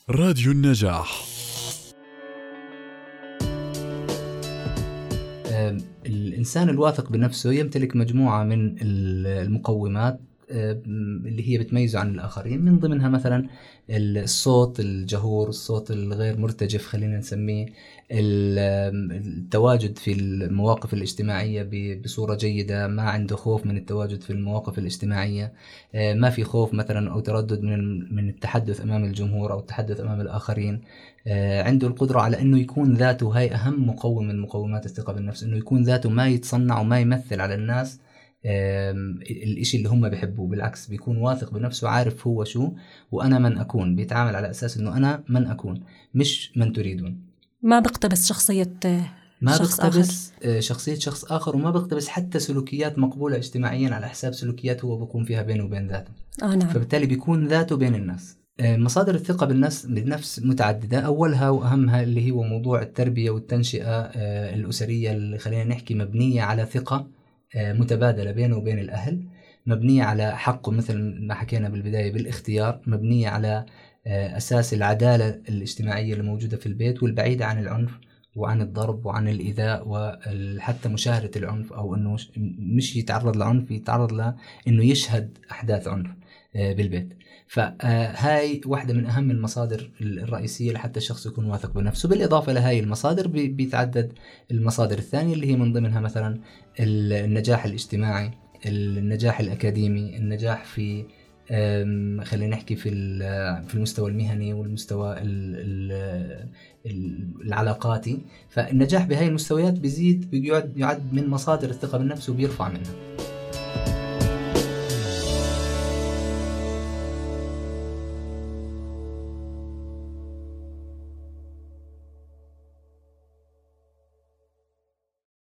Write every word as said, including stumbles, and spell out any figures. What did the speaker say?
راديو النجاح. الإنسان الواثق بنفسه يمتلك مجموعة من المقومات اللي هي بتميزه عن الآخرين، من ضمنها مثلا الصوت الجهور، الصوت الغير مرتجف خلينا نسميه، التواجد في المواقف الاجتماعية بصورة جيدة، ما عنده خوف من التواجد في المواقف الاجتماعية، ما في خوف مثلا أو تردد من من التحدث أمام الجمهور أو التحدث أمام الآخرين، عنده القدرة على أنه يكون ذاته. هاي أهم مقوم من مقومات الثقة بالنفس، أنه يكون ذاته، ما يتصنع وما يمثل على الناس الاشي اللي هم بيحبوه. بالعكس بيكون واثق بنفسه، عارف هو شو وأنا من أكون، بيتعامل على أساس أنه أنا من أكون مش من تريدون. ما بقتبس شخصية ما شخص بقتبس آخر. شخصية شخص آخر، وما بقتبس حتى سلوكيات مقبولة اجتماعيا على حساب سلوكيات هو بيقوم فيها بينه وبين ذاته. آه نعم. فبالتالي بيكون ذاته بين الناس. مصادر الثقة بالنفس بالنفس متعددة، أولها وأهمها اللي هو موضوع التربية والتنشئة الأسرية، اللي خلينا نحكي مبنية على ثقة متبادلة بينه وبين الأهل، مبنية على حقه مثل ما حكينا بالبداية بالاختيار، مبنية على أساس العدالة الاجتماعية اللي موجودة في البيت والبعيدة عن العنف وعن الضرب وعن الإيذاء وحتى مشاهدة العنف، أو أنه مش يتعرض لعنف، يتعرض لأنه يشهد أحداث عنف بالبيت. فهاي واحدة من أهم المصادر الرئيسية لحتى الشخص يكون واثق بنفسه. بالإضافة لهاي المصادر بيتعدد المصادر الثانية اللي هي من ضمنها مثلا النجاح الاجتماعي، النجاح الأكاديمي، النجاح في خلينا نحكي في في المستوى المهني والمستوى العلاقاتي. فالنجاح بهاي المستويات بيزيد، بيعد يعد من مصادر الثقة بالنفس وبيرفع منها.